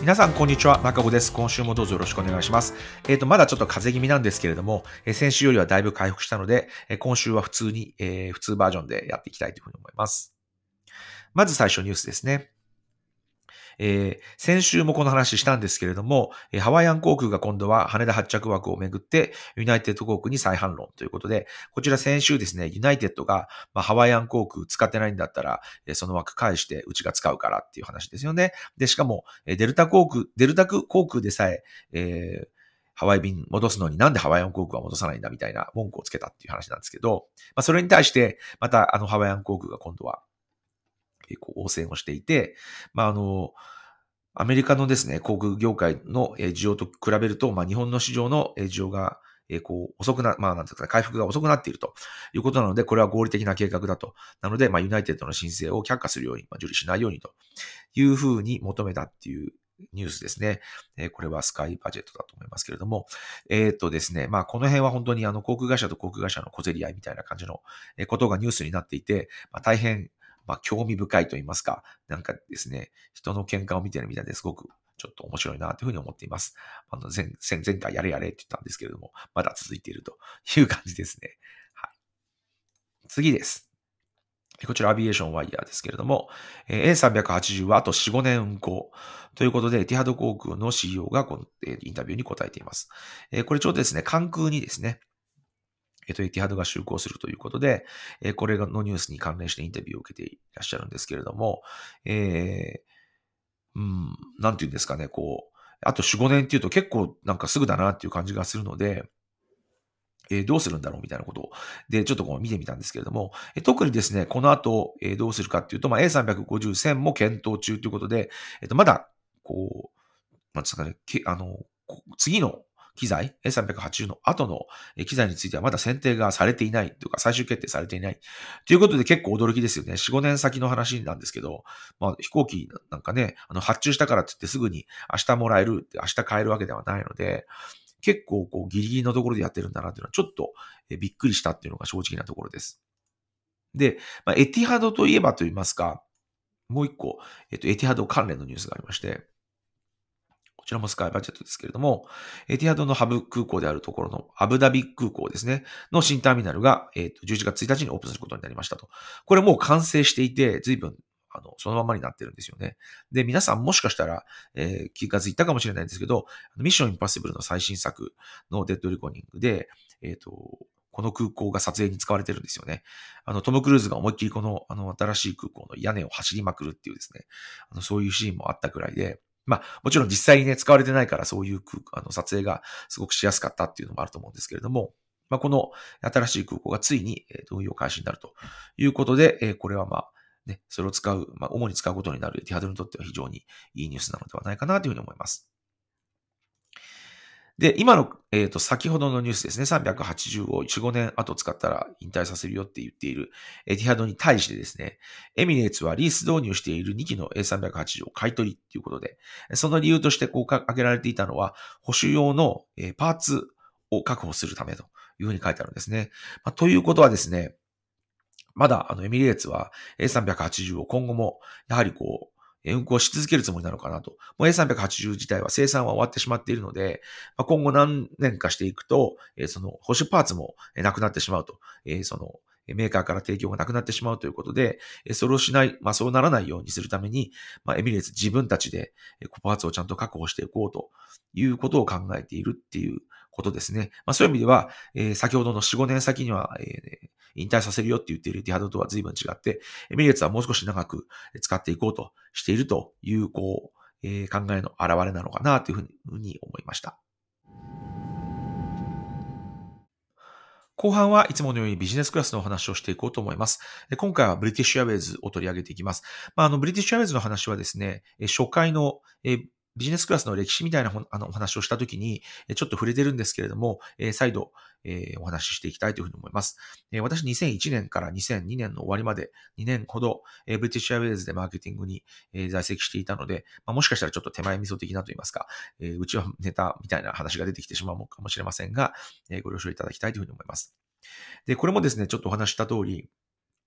皆さん、こんにちは。中尾です。今週もどうぞよろしくお願いします。まだちょっと風邪気味なんですけれども、先週よりはだいぶ回復したので、今週は普通に、普通バージョンでやっていきたいというふうに思います。まず最初ニュースですね。先週もこの話したんですけれども、ハワイアン航空が今度は羽田発着枠をめぐって、ユナイテッド航空に再反論ということで、こちら先週ですね、ユナイテッドが、ハワイアン航空使ってないんだったら、その枠返してうちが使うからっていう話ですよね。で、しかも、デルタ航空でさえハワイ便戻すのになんでハワイアン航空は戻さないんだみたいな文句をつけたっていう話なんですけど、それに対して、またハワイアン航空が今度は応戦をしていて、アメリカのですね、航空業界の需要と比べると、日本の市場の需要が遅くな、なんていうか、回復が遅くなっているということなので、これは合理的な計画だと。なので、ユナイテッドの申請を却下するように、受理しないようにというふうに求めたっていうニュースですね。これはスカイバジェットだと思いますけれども、ですね、この辺は本当に航空会社と航空会社の小競り合いみたいな感じのことがニュースになっていて、大変興味深いと言いますか、なんかですね、人の喧嘩を見てるみたいですごくちょっと面白いなというふうに思っています。前回やれやれって言ったんですけれども、まだ続いているという感じですね。はい。次です。こちらアビエーションワイヤーですけれども、A380 はあと4、5年運行ということで、エティハド航空の CEO がこのインタビューに答えています。これちょうどですね、関空にですね、エティハドが就航するということで、これのニュースに関連してインタビューを受けていらっしゃるんですけれども、なんていうんですかね、あと4、5年っていうと結構なんかすぐだなっていう感じがするので、どうするんだろうみたいなことを、で、ちょっと見てみたんですけれども、特にですね、この後、どうするかっていうと、A350、1000も検討中ということで、まだ、なんですかね、次の機材、A380 の後の機材についてはまだ選定がされていないというか、最終決定されていない。ということで結構驚きですよね。4、5年先の話なんですけど、飛行機なんかね、発注したからって言ってすぐに明日もらえるって明日買えるわけではないので、結構ギリギリのところでやってるんだなっていうのはちょっとびっくりしたっていうのが正直なところです。で、エティハドといえばと言いますか、もう一個、エティハド関連のニュースがありまして、こちらもスカイバジェットですけれども、エティハドのハブ空港であるところのアブダビ空港ですね、の新ターミナルが、11月1日にオープンすることになりましたと。これもう完成していて、随分そのままになってるんですよね。で、皆さんもしかしたら、気がついたかもしれないんですけど、ミッションインパッシブルの最新作のデッドリコニングで、この空港が撮影に使われてるんですよね。トム・クルーズが思いっきりこの、新しい空港の屋根を走りまくるっていうですね、そういうシーンもあったくらいで、もちろん実際にね、使われてないからそういう撮影がすごくしやすかったっていうのもあると思うんですけれども、この新しい空港がついに、運用開始になるということで、これはそれを使う、主に使うことになるエティハドにとっては非常にいいニュースなのではないかなというふうに思います。で、今の、先ほどのニュースですね、380を4、5年後使ったら引退させるよって言っているエティハドに対してですね、エミレーツはリース導入している2機の A380 を買い取りっていうことで、その理由として挙げられていたのは、保守用のパーツを確保するためというふうに書いてあるんですね。ということはですね、まだエミレーツは A380 を今後もやはり運行し続けるつもりなのかなと。もう A380 自体は生産は終わってしまっているので、今後何年かしていくと、その保守パーツもなくなってしまうと。そのメーカーから提供がなくなってしまうということで、それをしない、そうならないようにするために、エミレーツ自分たちでパーツをちゃんと確保していこうということを考えているっていうことですね。そういう意味では、先ほどの4、5年先には、引退させるよって言っているティハドとは随分違って、エミレーツはもう少し長く使っていこうとしているという、考えの表れなのかなというふうに思いました。後半はいつものようにビジネスクラスのお話をしていこうと思います。今回はブリティッシュエアウェイズを取り上げていきます。ブリティッシュエアウェイズの話はですね、初回のビジネスクラスの歴史みたいなお話をしたときに、ちょっと触れてるんですけれども、再度、お話ししていきたいというふうに思います。私2001年から2002年の終わりまで2年ほど、ブリティッシュエアウェイズでマーケティングに、在籍していたので、もしかしたらちょっと手前味噌的なと言いますか、うちはネタみたいな話が出てきてしまうかもしれませんが、ご了承いただきたいというふうに思います。で、これもですね、ちょっとお話した通り、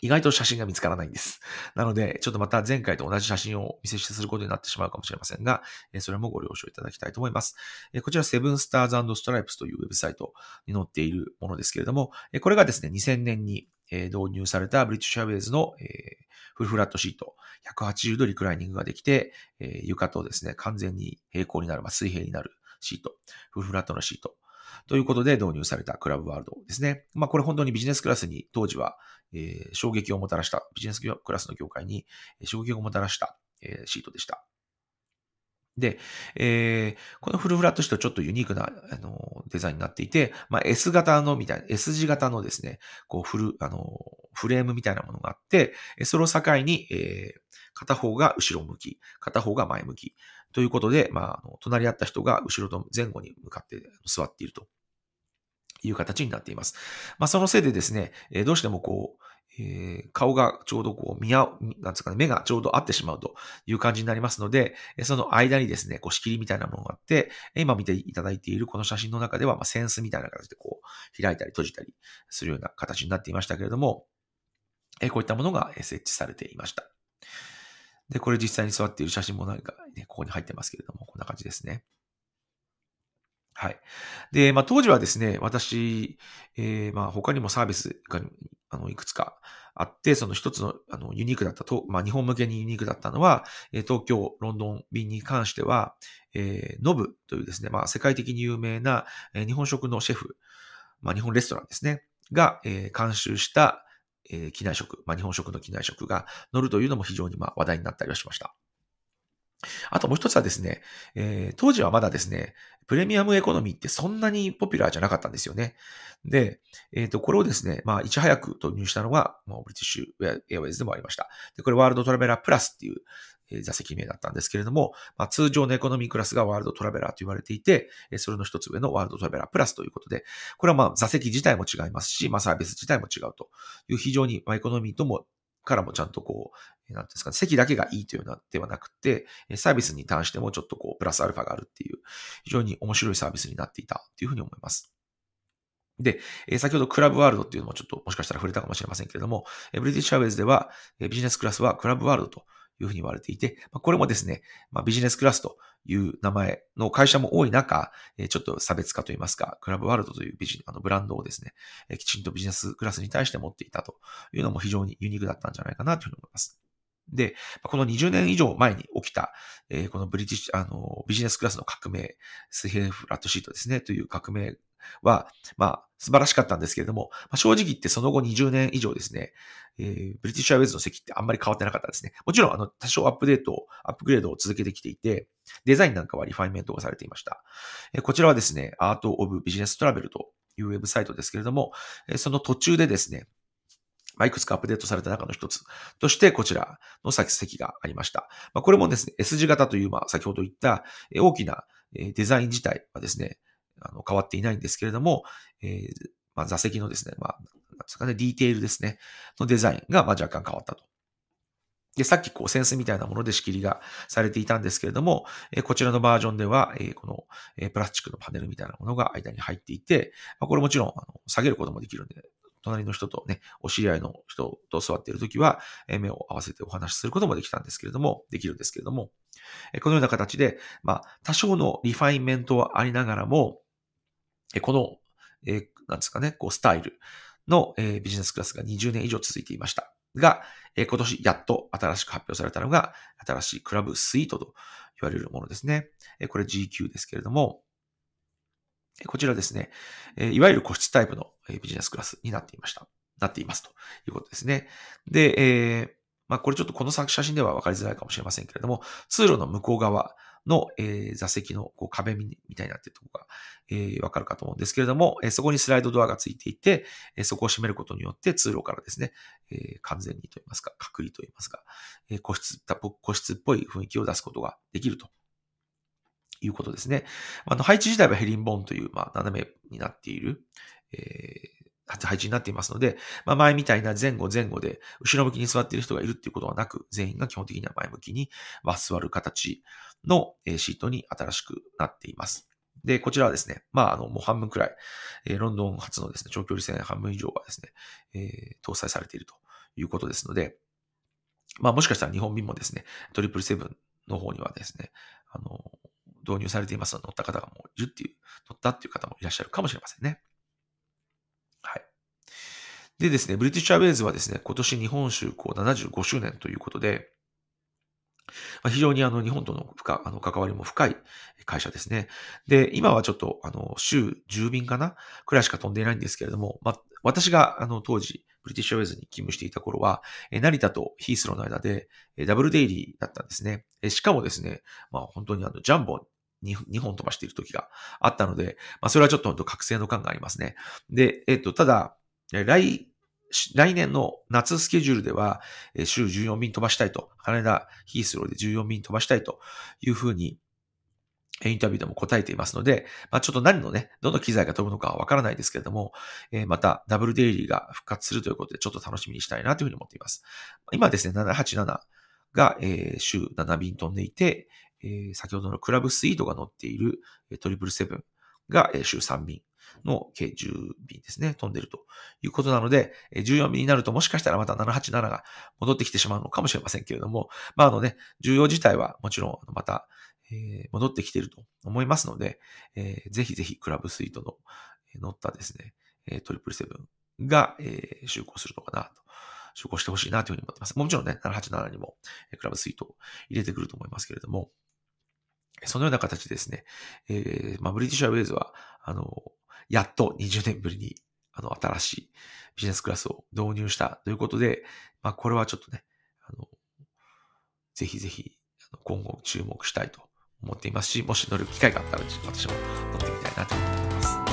意外と写真が見つからないんです。なので、ちょっとまた前回と同じ写真をお見せすることになってしまうかもしれませんが、それもご了承いただきたいと思います。こちら、セブンスターズ&ストライプスというウェブサイトに載っているものですけれども、これがですね、2000年に導入されたブリティッシュアウェイズのフルフラットシート、180度リクライニングができて、床とですね、完全に平行になる、水平になるシート、フルフラットのシート、ということで導入されたクラブワールドですね。これ本当にビジネスクラスに当時は、衝撃をもたらした、ビジネスクラスの業界に衝撃をもたらした、シートでした。で、このフルフラットシートちょっとユニークな、デザインになっていて、S 型のみたいな、S 字型のですね、フレームみたいなものがあって、それを境に、片方が後ろ向き、片方が前向き。ということで、隣り合った人が後ろと前後に向かって座っているという形になっています。そのせいでですね、どうしても顔がちょうどなんですかね、目がちょうど合ってしまうという感じになりますので、その間にですね、仕切りみたいなものがあって、今見ていただいているこの写真の中では、センスみたいな形で開いたり閉じたりするような形になっていましたけれども、こういったものが設置されていました。で、これ実際に座っている写真もここに入ってますけれども、こんな感じですね。はい。で、当時はですね、私、他にもサービスが、いくつかあって、その一つの、ユニークだったと、日本向けにユニークだったのは、東京、ロンドン便に関しては、ノブというですね、世界的に有名な、日本食のシェフ、日本レストランですね、が、監修した、機内食、日本食の機内食が乗るというのも非常に話題になったりはしました。あともう一つはですね、当時はまだですね、プレミアムエコノミーってそんなにポピュラーじゃなかったんですよね。で、これをですね、いち早く導入したのが、ブリティッシュエアウェイズでもありました。で、これワールドトラベラープラスっていう、座席名だったんですけれども、通常のエコノミークラスがワールドトラベラーと言われていて、それの一つ上のワールドトラベラープラスということで、これは座席自体も違いますし、サービス自体も違うという非常にエコノミーともからもちゃんとなんですかね、席だけがいいというのではなくて、サービスに関してもちょっとプラスアルファがあるっていう、非常に面白いサービスになっていたというふうに思います。で、先ほどクラブワールドっていうのもちょっともしかしたら触れたかもしれませんけれども、ブリティッシュアウェイズでは、ビジネスクラスはクラブワールドというふうに言われていて、これもですね、ビジネスクラスという名前の会社も多い中、ちょっと差別化といいますか、クラブワールドというブランドをですね、きちんとビジネスクラスに対して持っていたというのも非常にユニークだったんじゃないかなというふうに思います。で、この20年以上前に起きた、このブリティッシュ、ビジネスクラスの革命、水平フラットシートですね、という革命は、素晴らしかったんですけれども、正直言ってその後20年以上ですね、ブリティッシュアウェイズの席ってあんまり変わってなかったですね。もちろん、多少アップグレードを続けてきていて、デザインなんかはリファインメントがされていました。こちらはですね、アート・オブ・ビジネス・トラベルというウェブサイトですけれども、その途中でですね、いくつかアップデートされた中の一つとして、こちらの席がありました。これもですね、S 字型という、先ほど言った大きなデザイン自体はですね、変わっていないんですけれども、座席のですね、なんですかね、ディテールですね、のデザインが若干変わったと。で、さっきセンスみたいなもので仕切りがされていたんですけれども、こちらのバージョンでは、このプラスチックのパネルみたいなものが間に入っていて、これもちろん下げることもできるんで、隣の人とね、お知り合いの人と座っているときは、目を合わせてお話しすることもできるんですけれども、このような形で、多少のリファインメントはありながらも、この、なんですかね、スタイルの、ビジネスクラスが20年以上続いていました。が、今年やっと新しく発表されたのが、新しいクラブスイートと言われるものですね。これ GQ ですけれども、こちらですね、いわゆる個室タイプのビジネスクラスになっていますということですね。で、これちょっとこの写真では分かりづらいかもしれませんけれども、通路の向こう側の、座席の壁みたいになっているところが、分かるかと思うんですけれども、そこにスライドドアがついていて、そこを閉めることによって通路からですね、完全にと言いますか、隔離と言いますか、個室っぽい雰囲気を出すことができるということですね。配置自体はヘリンボーンという、斜めになっている、配置になっていますので、前みたいな前後で後ろ向きに座っている人がいるっていうことはなく、全員が基本的には前向きに座る形のシートに新しくなっています。で、こちらはですね、もう半分くらい、ロンドン発のですね、長距離線半分以上はですね、搭載されているということですので、もしかしたら日本便もですね、777の方にはですね、導入されていますので、乗った方がもういるっていう、乗ったっていう方もいらっしゃるかもしれませんね。はい。でですね、ブリティッシュアウェイズはですね、今年日本就航75周年ということで、非常に日本との関わりも深い会社ですね。で、今はちょっと週10便かなくらいしか飛んでいないんですけれども、私が当時、ブリティッシュアウェイズに勤務していた頃は、成田とヒースローの間でダブルデイリーだったんですね。しかもですね、本当にジャンボに2本飛ばしている時があったので、それはちょっと本当覚醒の感がありますね。で、ただ、来年の夏スケジュールでは、週14便飛ばしたいと、羽田ヒースローで14便飛ばしたいというふうに、インタビューでも答えていますので、ちょっと何のね、どの機材が飛ぶのかはわからないですけれども、またダブルデイリーが復活するということで、ちょっと楽しみにしたいなというふうに思っています。今ですね、787が、週7便飛んでいて、先ほどのクラブスイートが乗っている777が、週3便の計10便ですね、飛んでいるということなので、14便になるともしかしたらまた787が戻ってきてしまうのかもしれませんけれども、重要自体はもちろんまた、戻ってきていると思いますので、ぜひぜひクラブスイートの乗ったですね、777が、就航するのかなと。就航してほしいなというふうに思ってます。もちろんね、787にもクラブスイートを入れてくると思いますけれども、そのような形でですね、ブリティッシュアウェイズは、やっと20年ぶりに、新しいビジネスクラスを導入したということで、これはちょっとね、ぜひぜひ、今後注目したいと思っていますし、もし乗る機会があったら、私も乗ってみたいなと思っています。